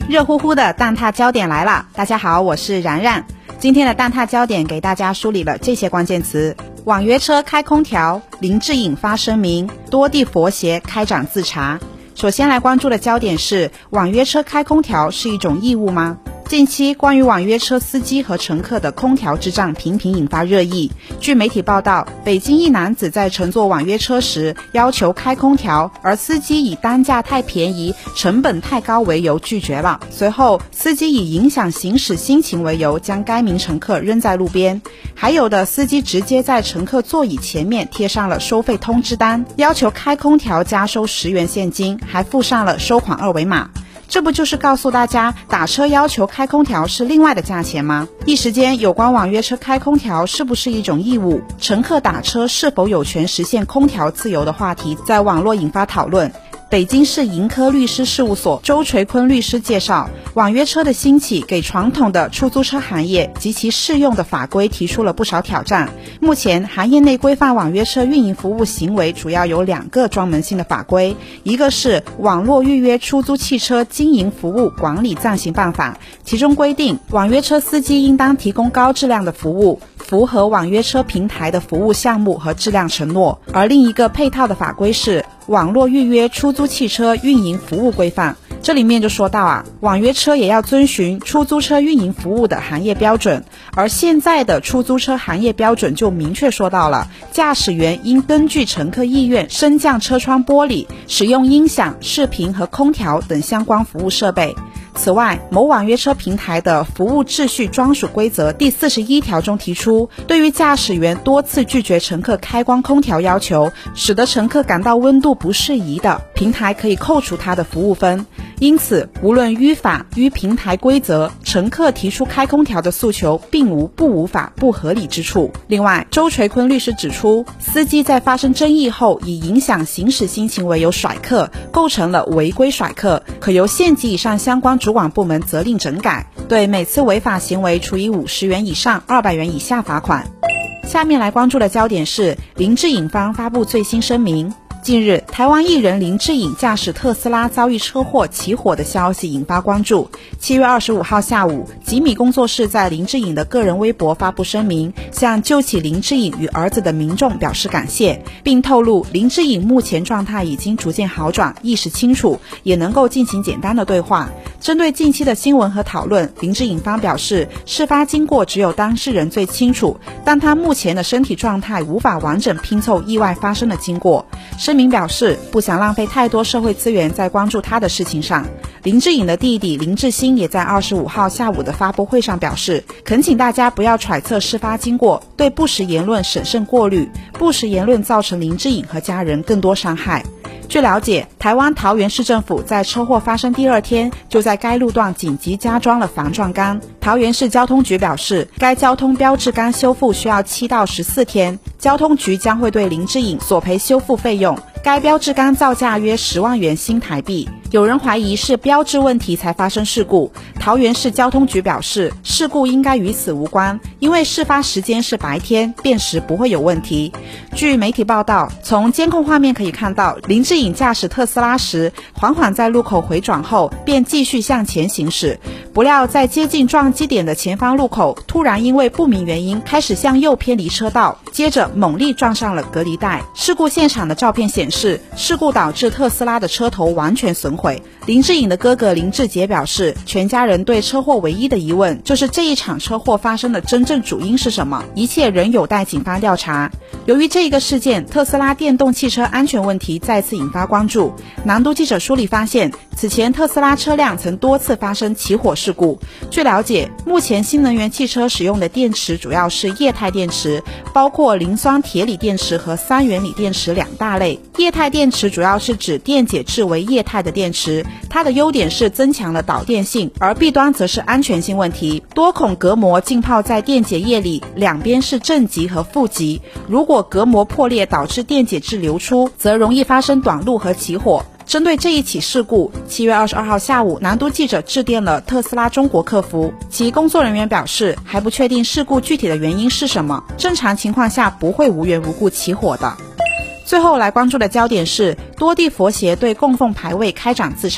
热乎乎的蛋挞焦点来了，大家好，我是然然。今天的蛋挞焦点给大家梳理了这些关键词：网约车开空调，林志颖发声明，多地佛协开展自查。首先来关注的焦点是，网约车开空调是一种义务吗？近期关于网约车司机和乘客的空调之战频频引发热议。据媒体报道，北京一男子在乘坐网约车时要求开空调，而司机以单价太便宜、成本太高为由拒绝了。随后，司机以影响行驶心情为由将该名乘客扔在路边，还有的司机直接在乘客座椅前面贴上了收费通知单，要求开空调加收10元现金，还附上了收款二维码。这不就是告诉大家打车要求开空调是另外的价钱吗？一时间，有关网约车开空调是不是一种义务，乘客打车是否有权实现空调自由的话题在网络引发讨论。北京市盈科律师事务所周垂坤律师介绍，网约车的兴起给传统的出租车行业及其适用的法规提出了不少挑战。目前行业内规范网约车运营服务行为主要有2个专门性的法规，一个是网络预约出租汽车经营服务管理暂行办法，其中规定网约车司机应当提供高质量的服务，符合网约车平台的服务项目和质量承诺。而另一个配套的法规是网络预约出租汽车运营服务规范，这里面就说到网约车也要遵循出租车运营服务的行业标准，而现在的出租车行业标准就明确说到了，驾驶员应根据乘客意愿升降车窗玻璃，使用音响、视频和空调等相关服务设备。此外，某网约车平台的服务秩序专属规则第41条中提出，对于驾驶员多次拒绝乘客开关空调要求，使得乘客感到温度不适宜的，平台可以扣除他的服务分。因此，无论依法依平台规则，乘客提出开空调的诉求并无不无法不合理之处。另外，周垂坤律师指出，司机在发生争议后以影响行驶心情为由甩客，构成了违规甩客，可由县级以上相关主管部门责令整改，对每次违法行为处以50元以上200元以下罚款。下面来关注的焦点是林志颖方发布最新声明。近日，台湾艺人林志颖驾驶特斯拉遭遇车祸起火的消息引发关注。7月25号下午，吉米工作室在林志颖的个人微博发布声明，向救起林志颖与儿子的民众表示感谢，并透露林志颖目前状态已经逐渐好转，意识清楚，也能够进行简单的对话。针对近期的新闻和讨论，林志颖方表示，事发经过只有当事人最清楚，但他目前的身体状态无法完整拼凑意外发生的经过。声明表示，不想浪费太多社会资源在关注他的事情上。林志颖的弟弟林志兴也在25号下午的发布会上表示，恳请大家不要揣测事发经过，对不实言论审慎过滤，不实言论造成林志颖和家人更多伤害。据了解，台湾桃园市政府在车祸发生第2天就在该路段紧急加装了防撞杆。桃园市交通局表示，该交通标志杆修复需要7到14天，交通局将会对林志颖索赔修复费用。该标志杆造价约10万元新台币。有人怀疑是标志问题才发生事故，桃园市交通局表示，事故应该与此无关，因为事发时间是白天，辨识不会有问题。据媒体报道，从监控画面可以看到，林志颖驾驶特斯拉时，缓缓在路口回转后，便继续向前行驶。不料在接近撞击点的前方路口，突然因为不明原因开始向右偏离车道，接着猛力撞上了隔离带。事故现场的照片显示，事故导致特斯拉的车头完全损毁。林志颖的哥哥林志杰表示，全家人对车祸唯一的疑问就是这一场车祸发生的真正主因是什么，一切仍有待警方调查。由于这个事件，特斯拉电动汽车安全问题再次引发关注。南都记者梳理发现，此前特斯拉车辆曾多次发生起火事故。据了解，目前新能源汽车使用的电池主要是液态电池，包括磷酸铁锂电池和3元锂电池2大类。液态电池主要是指电解质为液态的电池，它的优点是增强了导电性，而弊端则是安全性问题。多孔隔膜浸泡在电解液里，两边是正极和负极，如果隔膜破裂导致电解质流出，则容易发生短路和起火。针对这一起事故，7月22号下午，南都记者致电了特斯拉中国客服，其工作人员表示，还不确定事故具体的原因是什么，正常情况下不会无缘无故起火的。最后来关注的焦点是多地佛协对供奉牌位开展自查。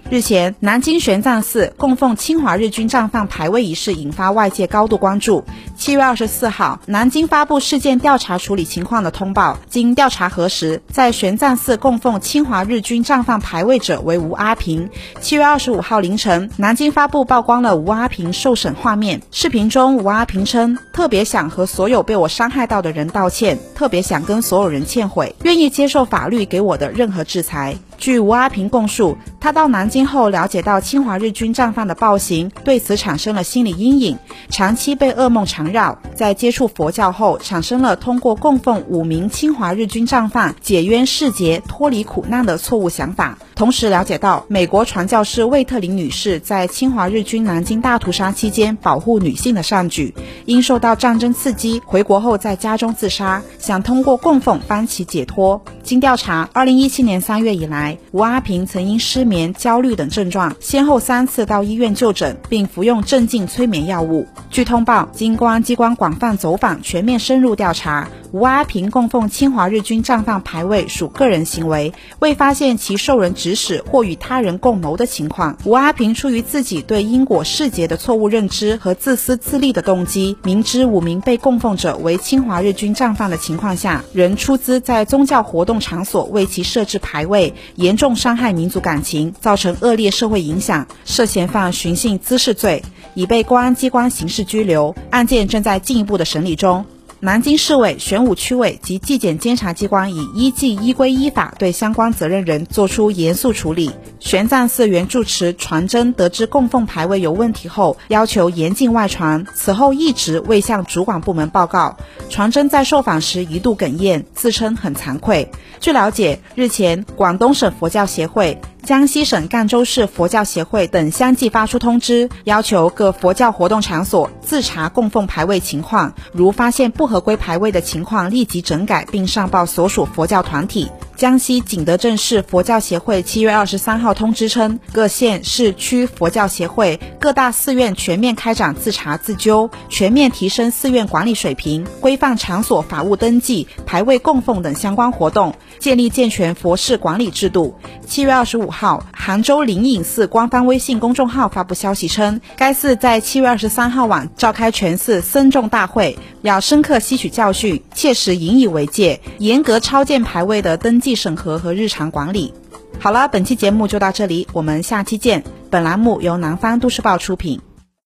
日前，南京玄奘寺供奉侵华日军战犯牌位一事引发外界高度关注。7月24号，南京发布事件调查处理情况的通报，经调查核实，在玄奘寺供奉侵华日军战犯牌位者为吴阿平。7月25号凌晨，南京发布曝光了吴阿平受审画面。视频中，吴阿平称，特别想和所有被我伤害到的人道歉，特别想跟所有人忏悔，愿意接受法律给我的任何制裁。据吴阿平供述，他到南京后了解到侵华日军战犯的暴行，对此产生了心理阴影，长期被噩梦缠绕。在接触佛教后，产生了通过供奉5名侵华日军战犯解冤释结、脱离苦难的错误想法。同时了解到，美国传教士魏特林女士在侵华日军南京大屠杀期间保护女性的善举，因受到战争刺激，回国后在家中自杀，想通过供奉帮其解脱。经调查，2017年3月以来，吴阿平曾因失眠、焦虑等症状，先后3次到医院就诊，并服用镇静催眠药物。据通报，经公安机关广泛走访、全面深入调查，吴阿平供奉侵华日军战犯牌位属个人行为，未发现其受人指使或与他人共谋的情况。吴阿平出于自己对因果释结的错误认知和自私自利的动机，明知5名被供奉者为侵华日军战犯的情况下，仍出资在宗教活动场所为其设置牌位，严重伤害民族感情，造成恶劣社会影响，涉嫌犯寻衅滋事罪，已被公安机关刑事拘留，案件正在进一步的审理中。南京市委、玄武区委及纪检监察机关已依纪依规依法对相关责任人作出严肃处理。玄奘寺原住持传真得知供奉牌位有问题后，要求严禁外传，此后一直未向主管部门报告。传真在受访时一度哽咽，自称很惭愧。据了解，日前广东省佛教协会、江西省赣州市佛教协会等相继发出通知，要求各佛教活动场所自查供奉牌位情况，如发现不合规牌位的情况，立即整改并上报所属佛教团体。江西景德镇市佛教协会7月23号通知称，各县市区佛教协会、各大寺院全面开展自查自纠，全面提升寺院管理水平，规范场所法务登记、牌位供奉等相关活动，建立健全佛事管理制度。7月25号，杭州灵隐寺官方微信公众号发布消息称，该寺在7月23号晚召开全寺僧众大会，要深刻吸取教训，切实引以为戒，严格超荐牌位的登记审核和日常管理。好了，本期节目就到这里，我们下期见。本栏目由南方都市报出品。